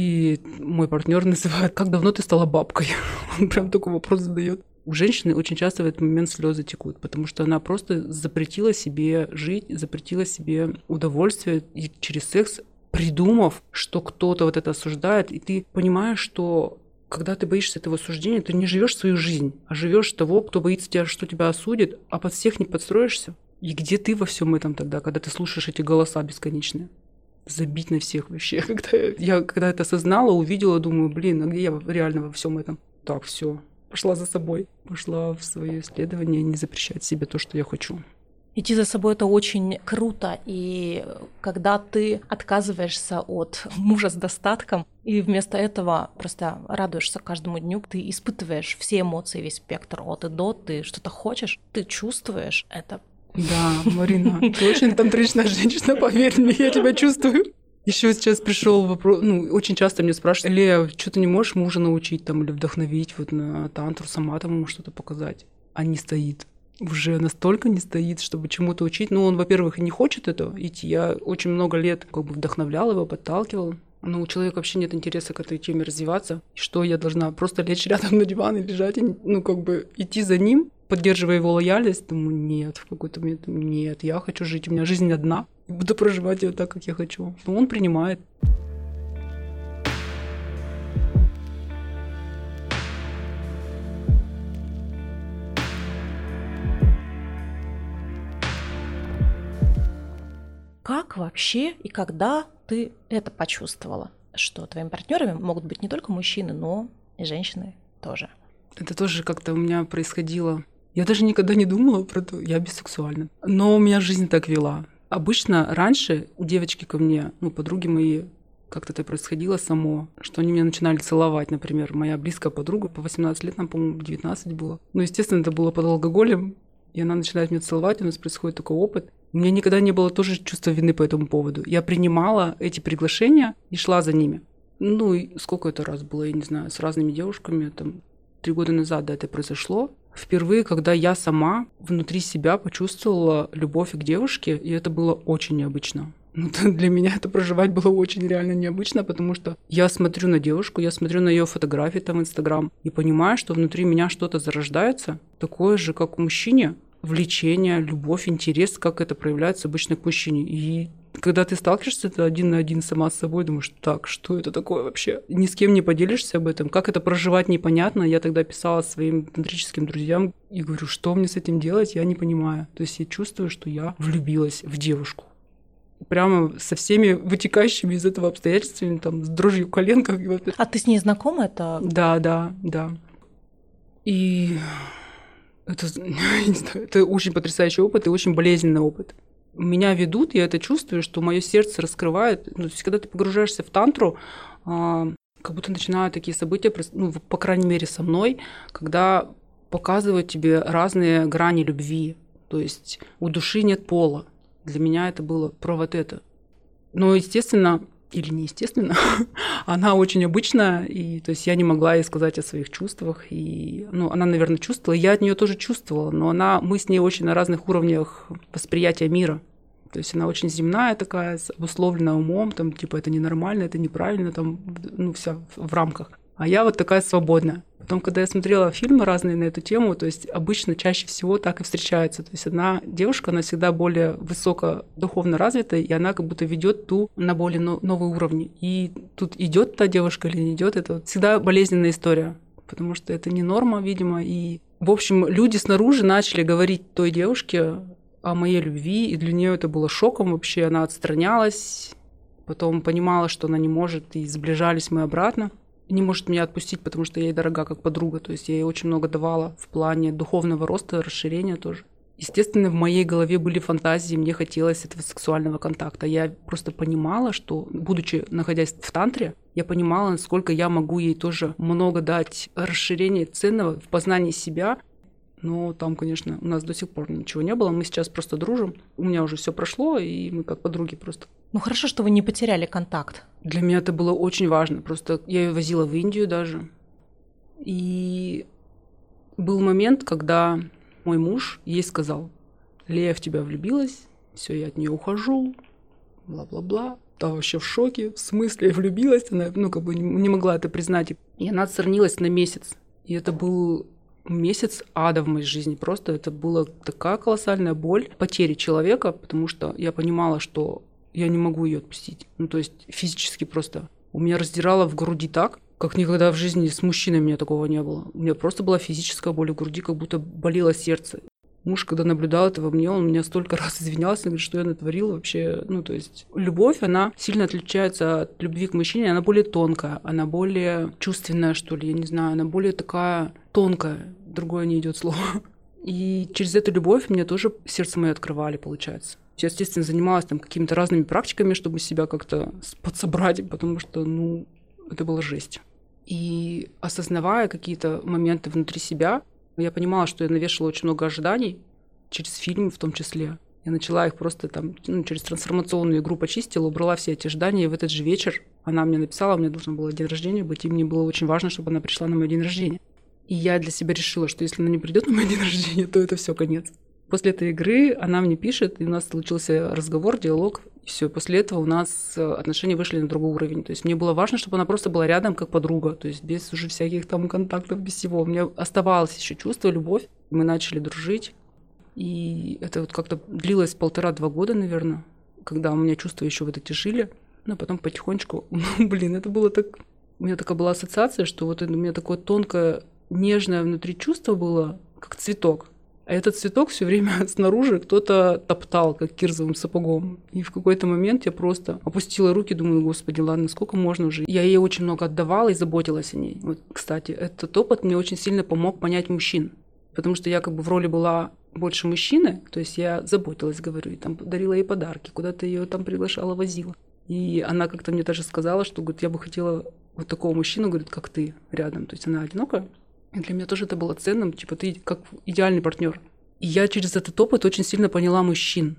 И мой партнер называет, как давно ты стала бабкой? Он прям такой вопрос задает. У женщины очень часто в этот момент слезы текут, потому что она просто запретила себе жить, запретила себе удовольствие и через секс, придумав, что кто-то вот это осуждает, и ты понимаешь, что когда ты боишься этого осуждения, ты не живешь свою жизнь, а живешь того, кто боится тебя, что тебя осудит, а под всех не подстроишься. И где ты во всем этом тогда, когда ты слушаешь эти голоса бесконечные? Забить на всех вообще. Когда я когда это осознала, увидела, думаю, блин, а где я реально во всем этом? Так, все, пошла за собой, пошла в свое исследование, не запрещать себе то, что я хочу. Идти за собой — это очень круто, и когда ты отказываешься от мужа с достатком, и вместо этого просто радуешься каждому дню, ты испытываешь все эмоции, весь спектр от и до, ты что-то хочешь, ты чувствуешь это. Да, Марина, ты очень тантричная женщина, поверь мне, я тебя чувствую. Еще сейчас пришел вопрос, ну, очень часто мне спрашивают: Лея, что ты не можешь мужа научить там или вдохновить вот на тантру, сама там ему что-то показать? А не стоит. Уже настолько не стоит, чтобы чему-то учить. Ну, он, во-первых, и не хочет это идти. Я очень много лет как бы вдохновляла его, подталкивала. Но у человека вообще нет интереса к этой теме развиваться. Что я должна просто лечь рядом на диван и лежать, и, ну, как бы идти за ним, поддерживая его лояльность? Думаю, нет, в какой-то момент нет, я хочу жить, у меня жизнь одна, и буду проживать ее так, как я хочу. Но он принимает. Как вообще и когда ты это почувствовала, что твоими партнерами могут быть не только мужчины, но и женщины тоже? Это тоже как-то у меня происходило. Я даже никогда не думала про то, я бисексуальна. Но у меня жизнь так вела. Обычно раньше девочки ко мне, ну, подруги мои, как-то это происходило само, что они меня начинали целовать, например. Моя близкая подруга по восемнадцать лет, нам, по-моему, девятнадцать было. Ну, естественно, это было под алкоголем, и она начинает меня целовать, у нас происходит такой опыт. У меня никогда не было тоже чувства вины по этому поводу. Я принимала эти приглашения и шла за ними. Ну, и сколько это раз было, я не знаю, с разными девушками, там, три года назад, да, это произошло. Впервые, когда я сама внутри себя почувствовала любовь к девушке, и это было очень необычно. Ну, для меня это проживать было очень реально необычно, потому что я смотрю на девушку, я смотрю на ее фотографии там в Инстаграм и понимаю, что внутри меня что-то зарождается, такое же, как у мужчине, влечение, любовь, интерес, как это проявляется обычно к мужчине. И когда ты сталкиваешься это один на один сама с собой, думаешь, так, что это такое вообще? Ни с кем не поделишься об этом. Как это проживать, непонятно. Я тогда писала своим тантрическим друзьям и говорю, что мне с этим делать, я не понимаю. То есть я чувствую, что я влюбилась в девушку. Прямо со всеми вытекающими из этого обстоятельствами, там, с дрожью в коленках. А ты с ней знакома? Это... Да, да, да. И... Это, не знаю, это очень потрясающий опыт и очень болезненный опыт. Меня ведут, я это чувствую, что мое сердце раскрывает. Ну, то есть, когда ты погружаешься в тантру, а, как будто начинают такие события, ну, по крайней мере, со мной, когда показывают тебе разные грани любви. То есть у души нет пола. Для меня это было про вот это. Но, естественно, или неестественно, она очень обычная, и то есть я не могла ей сказать о своих чувствах, и, ну, она, наверное, чувствовала, я от нее тоже чувствовала, но она, мы с ней очень на разных уровнях восприятия мира. То есть она очень земная такая, обусловленная умом, там, типа, это ненормально, это неправильно, там, ну, вся в рамках. А я вот такая свободная. Потом, когда я смотрела фильмы разные на эту тему, то есть обычно чаще всего так и встречаются. То есть одна девушка, она всегда более высоко духовно развита, и она как будто ведет ту на более новые уровни. И тут идет та девушка или не идет, это вот всегда болезненная история, потому что это не норма, видимо. И, в общем, люди снаружи начали говорить той девушке о моей любви, и для нее это было шоком вообще. Она отстранялась, потом понимала, что она не может, и сближались мы обратно. Не может меня отпустить, потому что я ей дорога как подруга. То есть я ей очень много давала в плане духовного роста, расширения тоже. Естественно, в моей голове были фантазии, мне хотелось этого сексуального контакта. Я просто понимала, что, будучи находясь в тантре, я понимала, насколько я могу ей тоже много дать расширения ценного в познании себя. Но там, конечно, у нас до сих пор ничего не было. Мы сейчас просто дружим. У меня уже все прошло, и мы как подруги просто. Ну хорошо, что вы не потеряли контакт. Для меня это было очень важно. Просто я ее возила в Индию даже. И был момент, когда мой муж ей сказал: Лея в тебя влюбилась, все, я от нее ухожу, бла-бла-бла. Та вообще в шоке, в смысле влюбилась. Она, ну, как бы не могла это признать. И она отстранилась на месяц. И это был месяц ада в моей жизни. Просто это была такая колоссальная боль потери человека, потому что я понимала, что я не могу ее отпустить. Ну, то есть физически просто. У меня раздирало в груди так, как никогда в жизни с мужчиной у меня такого не было. У меня просто была физическая боль в груди, как будто болело сердце. Муж, когда наблюдал это во мне, он меня столько раз извинялся, говорит, что я натворила вообще. Ну, то есть любовь, она сильно отличается от любви к мужчине, она более тонкая, она более чувственная, что ли, я не знаю, она более такая тонкая, другое не идет слово. И через эту любовь мне тоже сердце мое открывали, получается. Я, естественно, занималась там какими-то разными практиками, чтобы себя как-то подсобрать, потому что, ну, это была жесть. И осознавая какие-то моменты внутри себя, я понимала, что я навешала очень много ожиданий через фильмы в том числе. Я начала их просто там, ну, через трансформационную игру почистила, убрала все эти ожидания. И в этот же вечер она мне написала, у меня должен был день рождения быть, и мне было очень важно, чтобы она пришла на мой день рождения. И я для себя решила, что если она не придет на мой день рождения, то это все конец. После этой игры она мне пишет, и у нас случился разговор, диалог, и все. После этого у нас отношения вышли на другой уровень. То есть мне было важно, чтобы она просто была рядом как подруга, то есть без уже всяких там контактов, без всего. У меня оставалось еще чувство, любовь. Мы начали дружить, и это вот как-то длилось полтора-два года, наверное, когда у меня чувства еще вот эти жили. Ну, а потом потихонечку, ну, блин, это было так... У меня такая была ассоциация, что вот у меня такое тонкое, нежное внутри чувство было, как цветок. А этот цветок все время снаружи кто-то топтал, как кирзовым сапогом. И в какой-то момент я просто опустила руки, думаю, господи, ладно, сколько можно уже. Я ей очень много отдавала и заботилась о ней. Вот, кстати, этот опыт мне очень сильно помог понять мужчин. Потому что я как бы в роли была больше мужчины, то есть я заботилась, говорю, и там дарила ей подарки, куда-то ее там приглашала, возила. И она как-то мне даже сказала, что, говорит, я бы хотела вот такого мужчину, говорит, как ты, рядом. То есть она одинокая. И для меня тоже это было ценным, типа ты как идеальный партнер. И я через этот опыт очень сильно поняла мужчин.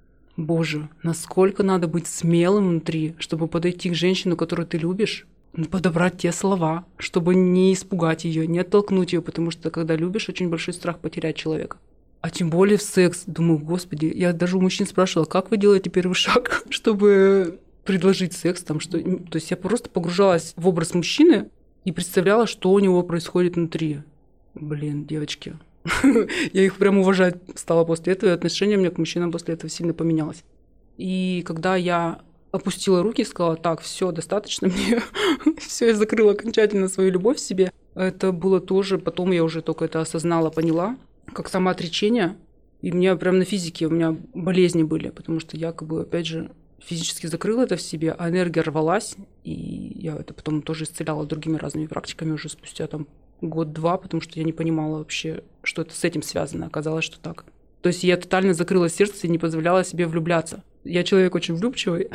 Боже, насколько надо быть смелым внутри, чтобы подойти к женщине, которую ты любишь, подобрать те слова, чтобы не испугать ее, не оттолкнуть ее, потому что когда любишь, очень большой страх потерять человека. А тем более в секс. Думаю, господи, я даже у мужчин спрашивала, как вы делаете первый шаг, чтобы предложить секс, там что. То есть я просто погружалась в образ мужчины и представляла, что у него происходит внутри. Блин, девочки. Я их прям уважать стала после этого, и отношение у меня к мужчинам после этого сильно поменялось. И когда я опустила руки и сказала, так, все, достаточно мне, все, я закрыла окончательно свою любовь в себе, это было тоже, потом я уже только это осознала, поняла, как самоотречение. И у меня прям на физике, у меня болезни были, потому что я, как бы, опять же, физически закрыла это в себе, а энергия рвалась, и я это потом тоже исцеляла другими разными практиками уже спустя там год-два, потому что я не понимала вообще, что это с этим связано. Оказалось, что так. То есть я тотально закрыла сердце и не позволяла себе влюбляться. Я человек очень влюбчивый,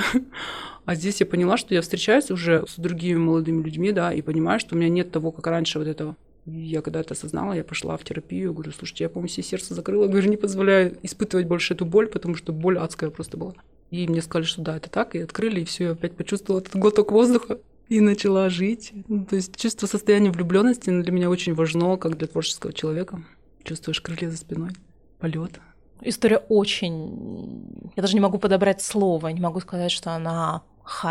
а здесь я поняла, что я встречаюсь уже с другими молодыми людьми, да, и понимаю, что у меня нет того, как раньше вот этого. Я когда это осознала, я пошла в терапию, говорю, слушайте, я, по-моему, себе сердце закрыла, говорю, не позволяю испытывать больше эту боль, потому что боль адская просто была. И мне сказали, что да, это так, и открыли, и все, я опять почувствовала этот глоток воздуха и начала жить. Ну, то есть чувство состояния влюбленности для меня очень важно, как для творческого человека. Чувствуешь крылья за спиной, полет. История очень... Я даже не могу подобрать слово, не могу сказать, что она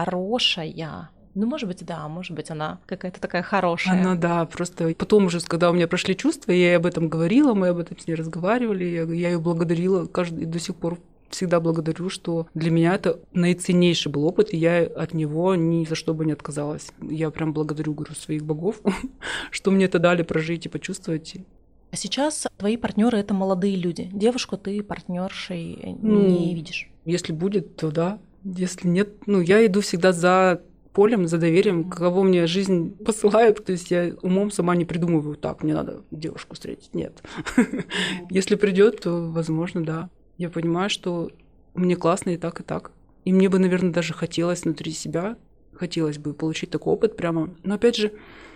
хорошая. Ну, может быть, да, может быть, она какая-то такая хорошая. Она, да, просто потом уже, когда у меня прошли чувства, я ей об этом говорила, мы об этом с ней разговаривали, я, я ее благодарила, каждый, до сих пор всегда благодарю, что для меня это наиценнейший был опыт, и я от него ни за что бы не отказалась. Я прям благодарю, говорю, своих богов, что мне это дали прожить и почувствовать. А сейчас твои партнеры это молодые люди. Девушку ты партнершей ну, не видишь. Если будет, то да. Если нет, ну я иду всегда за полем, за доверием, кого мне жизнь посылает. То есть я умом сама не придумываю, так, мне надо девушку встретить. Нет. Если придет, то, возможно, да. Я понимаю, что мне классно и так, и так. И мне бы, наверное, даже хотелось внутри себя, хотелось бы получить такой опыт прямо. Но опять же,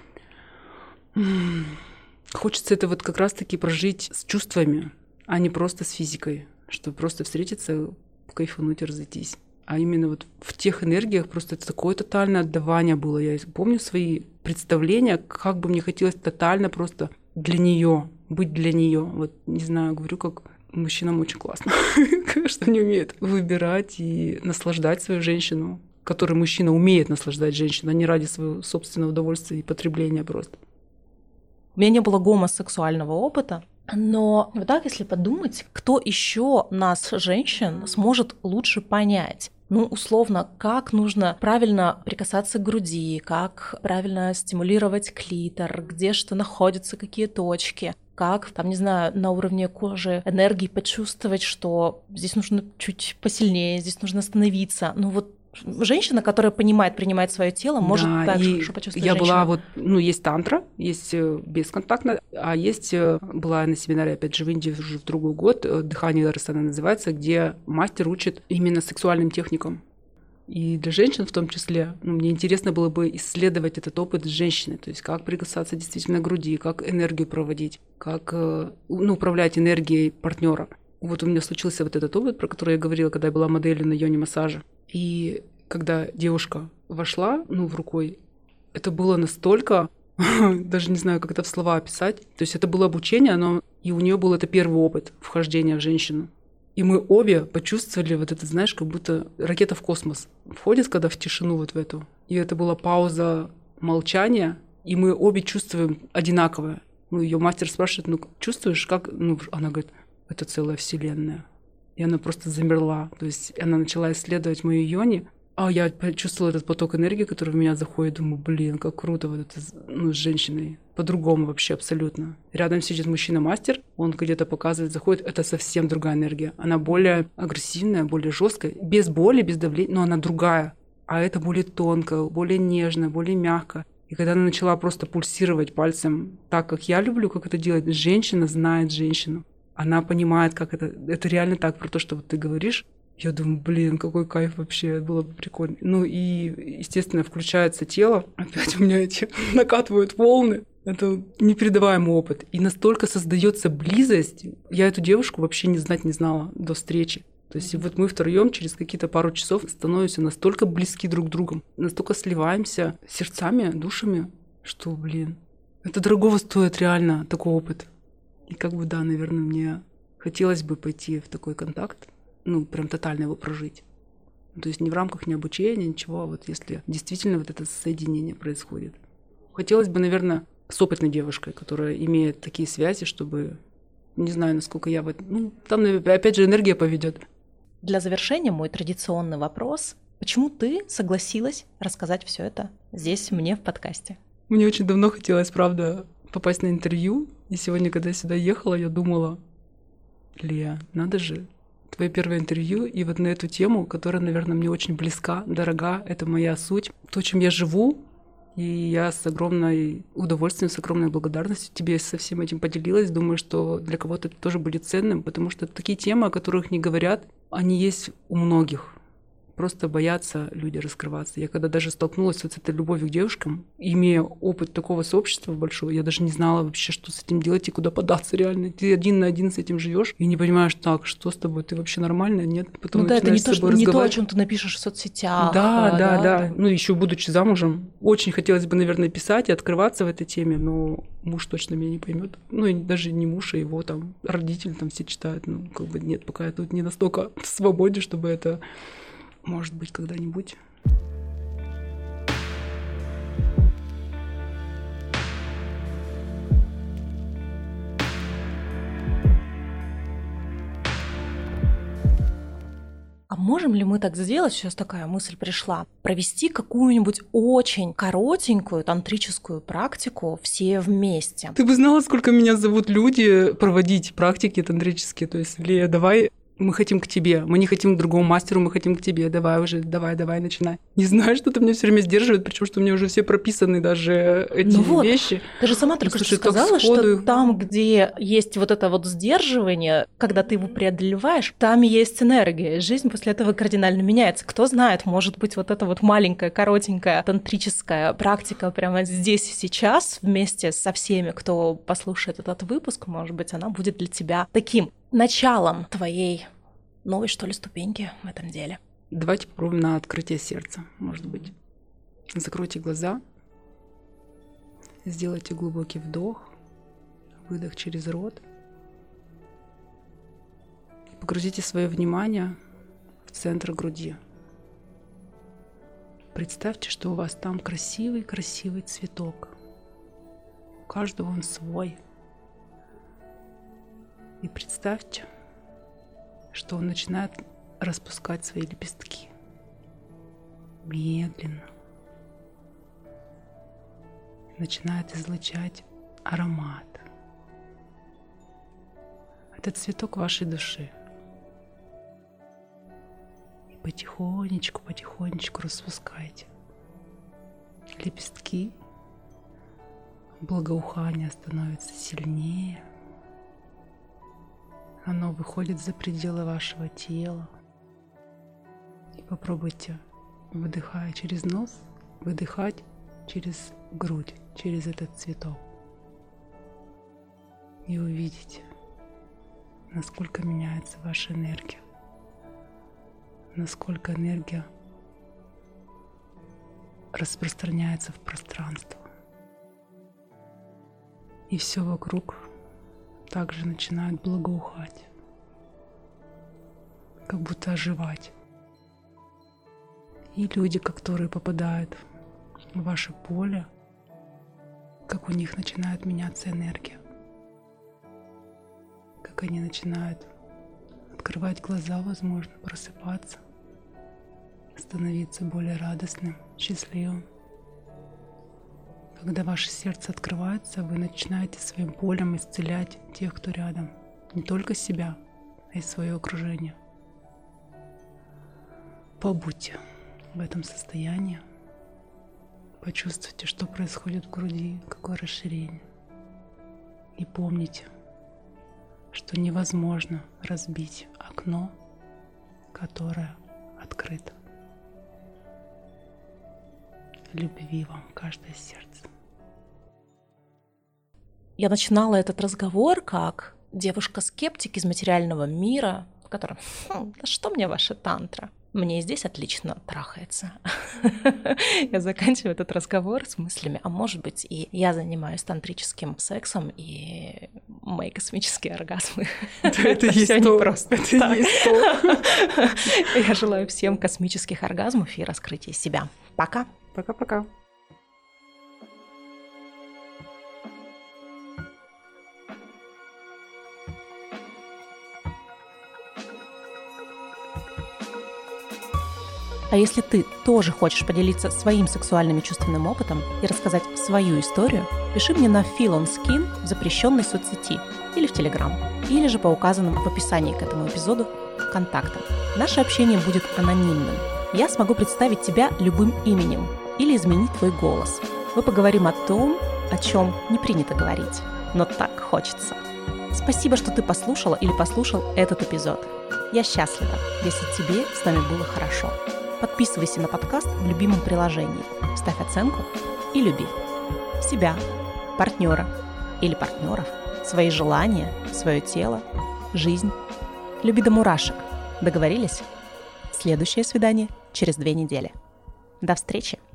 хочется это вот как раз-таки прожить с чувствами, а не просто с физикой, чтобы просто встретиться, кайфануть и разойтись. А именно вот в тех энергиях просто это такое тотальное отдавание было. Я помню свои представления, как бы мне хотелось тотально просто для нее, быть для нее. Вот не знаю, говорю, как мужчинам очень классно, что они умеют выбирать и наслаждать свою женщину, которой мужчина умеет наслаждать женщину, а не ради своего собственного удовольствия и потребления просто. У меня не было гомосексуального опыта, но вот так, если подумать, кто еще нас, женщин, сможет лучше понять? Ну, условно, как нужно правильно прикасаться к груди, как правильно стимулировать клитор, где что находится, какие точки. как, там, не знаю, на уровне кожи, энергии почувствовать, что здесь нужно чуть посильнее, здесь нужно остановиться. Ну вот женщина, которая понимает, принимает свое тело, может Да, так и хорошо почувствовать я женщину. была вот, ну, есть тантра, есть бесконтактно, а есть, была на семинаре, опять же, в Индии уже в другой год, «Дыхание Дарасана» называется, где мастер учит именно сексуальным техникам. И для женщин в том числе, ну, мне интересно было бы исследовать этот опыт с женщиной, то есть как прикасаться действительно к груди, как энергию проводить, как, ну, управлять энергией партнера. Вот у меня случился вот этот опыт, про который я говорила, когда я была моделью на йони-массаже. И когда девушка вошла, ну, в рукой, это было настолько, даже не знаю, как это в слова описать. То есть это было обучение, но и у нее был это первый опыт вхождения в женщину. И мы обе почувствовали вот это, знаешь, как будто ракета в космос входит, когда в тишину вот в эту. И это была пауза молчания, и мы обе чувствуем одинаковое. Ну, ее мастер спрашивает, ну, чувствуешь, как? Ну, она говорит, это целая вселенная. И она просто замерла. То есть она начала исследовать мою йони, а я почувствовала этот поток энергии, который в меня заходит. Думаю, блин, как круто вот это, ну, с женщиной. По-другому вообще абсолютно. Рядом сидит мужчина-мастер, он где-то показывает, заходит. Это совсем другая энергия. Она более агрессивная, более жесткая, без боли, без давления, но она другая. А это более тонко, более нежно, более мягко. И когда она начала просто пульсировать пальцем так, как я люблю, как это делать, женщина знает женщину. Она понимает, как это... Это реально так, про то, что вот ты говоришь. Я думаю, блин, какой кайф вообще, было бы прикольно. Ну и, естественно, включается тело. Опять у меня эти накатывают волны. Это непередаваемый опыт. И настолько создается близость. Я эту девушку вообще не знать не знала до встречи. То есть и вот мы втроем через какие-то пару часов становимся настолько близки друг к другу, настолько сливаемся сердцами, душами, что, блин, это дорогого стоит реально такой опыт. И как бы, да, наверное, мне хотелось бы пойти в такой контакт, ну, прям тотально его прожить. То есть не в рамках ни обучения, ничего, а вот если действительно вот это соединение происходит. Хотелось бы, наверное, с опытной девушкой, которая имеет такие связи, чтобы, не знаю, насколько я вот, ну, там, опять же, энергия поведет. Для завершения мой традиционный вопрос. Почему ты согласилась рассказать все это здесь, мне в подкасте? Мне очень давно хотелось, правда, попасть на интервью. И сегодня, когда я сюда ехала, я думала, Лия, надо же, твое первое интервью, и вот на эту тему, которая, наверное, мне очень близка, дорога, это моя суть, то, чем я живу, и я с огромной удовольствием, с огромной благодарностью тебе со всем этим поделилась. Думаю, что для кого-то это тоже будет ценным, потому что такие темы, о которых не говорят, они есть у многих. Просто боятся люди раскрываться. Я когда даже столкнулась вот с этой любовью к девушкам, имея опыт такого сообщества большого, я даже не знала вообще, что с этим делать и куда податься реально. Ты один на один с этим живешь и не понимаешь, так, что с тобой, ты вообще нормальная, нет? Потом ну да, это не то, что, не то, о чем ты напишешь в соцсетях. Да, а, да, да, да. да. Ну, еще будучи замужем, очень хотелось бы, наверное, писать и открываться в этой теме, но муж точно меня не поймет. Ну, и даже не муж, а его там родители там все читают. Ну, как бы нет, пока я тут не настолько в свободе, чтобы это... Может быть, когда-нибудь. А можем ли мы так сделать, сейчас такая мысль пришла, провести какую-нибудь очень коротенькую тантрическую практику все вместе? Ты бы знала, сколько меня зовут люди проводить практики тантрические. То есть, Лия, давай... Мы хотим к тебе, мы не хотим к другому мастеру, мы хотим к тебе. Давай уже, давай, давай, начинай. Не знаю, что-то меня все время сдерживает, причем что у меня уже все прописаны даже эти ну вот, вещи. Ты же сама только что сказала, что там, где есть вот это вот сдерживание, когда ты его преодолеваешь, там есть энергия. Жизнь после этого кардинально меняется. Кто знает, может быть, вот эта вот маленькая, коротенькая тантрическая практика прямо здесь и сейчас вместе со всеми, кто послушает этот выпуск, может быть, она будет для тебя таким началом твоей новой, что ли, ступеньки в этом деле. Давайте попробуем на открытие сердца, может быть. Закройте глаза, сделайте глубокий вдох, выдох через рот. И погрузите свое внимание в центр груди. Представьте, что у вас там красивый-красивый цветок. У каждого он свой. И представьте, что он начинает распускать свои лепестки. Медленно. Начинает излучать аромат. Это цветок вашей души. И потихонечку, потихонечку распускайте лепестки. Благоухание становится сильнее. Оно выходит за пределы вашего тела. И попробуйте, выдыхая через нос, выдыхать через грудь, через этот цветок. И увидите, насколько меняется ваша энергия, насколько энергия распространяется в пространство. И все вокруг также начинает благоухать, как будто оживать. И люди, которые попадают в ваше поле, как у них начинает меняться энергия, как они начинают открывать глаза, возможно, просыпаться, становиться более радостным, счастливым. Когда ваше сердце открывается, вы начинаете своим полем исцелять тех, кто рядом. Не только себя, а и свое окружение. Побудьте в этом состоянии. Почувствуйте, что происходит в груди, какое расширение. И помните, что невозможно разбить окно, которое открыто. Любви вам каждое сердце. Я начинала этот разговор как девушка-скептик из материального мира, в котором хм, да что мне ваша тантра? Мне и здесь отлично трахается. Я заканчиваю этот разговор с мыслями, а может быть, и я занимаюсь тантрическим сексом, и мои космические оргазмы. Это есть то. Просто это есть то. Я желаю всем космических оргазмов и раскрытия себя. Пока. Пока-пока. А если ты тоже хочешь поделиться своим сексуальным и чувственным опытом и рассказать свою историю, пиши мне на Feel on Skin в запрещенной соцсети или в Telegram, или же по указанным в описании к этому эпизоду контактам. Наше общение будет анонимным. Я смогу представить тебя любым именем или изменить твой голос. Мы поговорим о том, о чем не принято говорить, но так хочется. Спасибо, что ты послушала или послушал этот эпизод. Я счастлива, если тебе с нами было хорошо. Подписывайся на подкаст в любимом приложении, ставь оценку и люби себя, партнера или партнеров, свои желания, свое тело, жизнь. Люби до мурашек. Договорились? Следующее свидание через две недели. До встречи!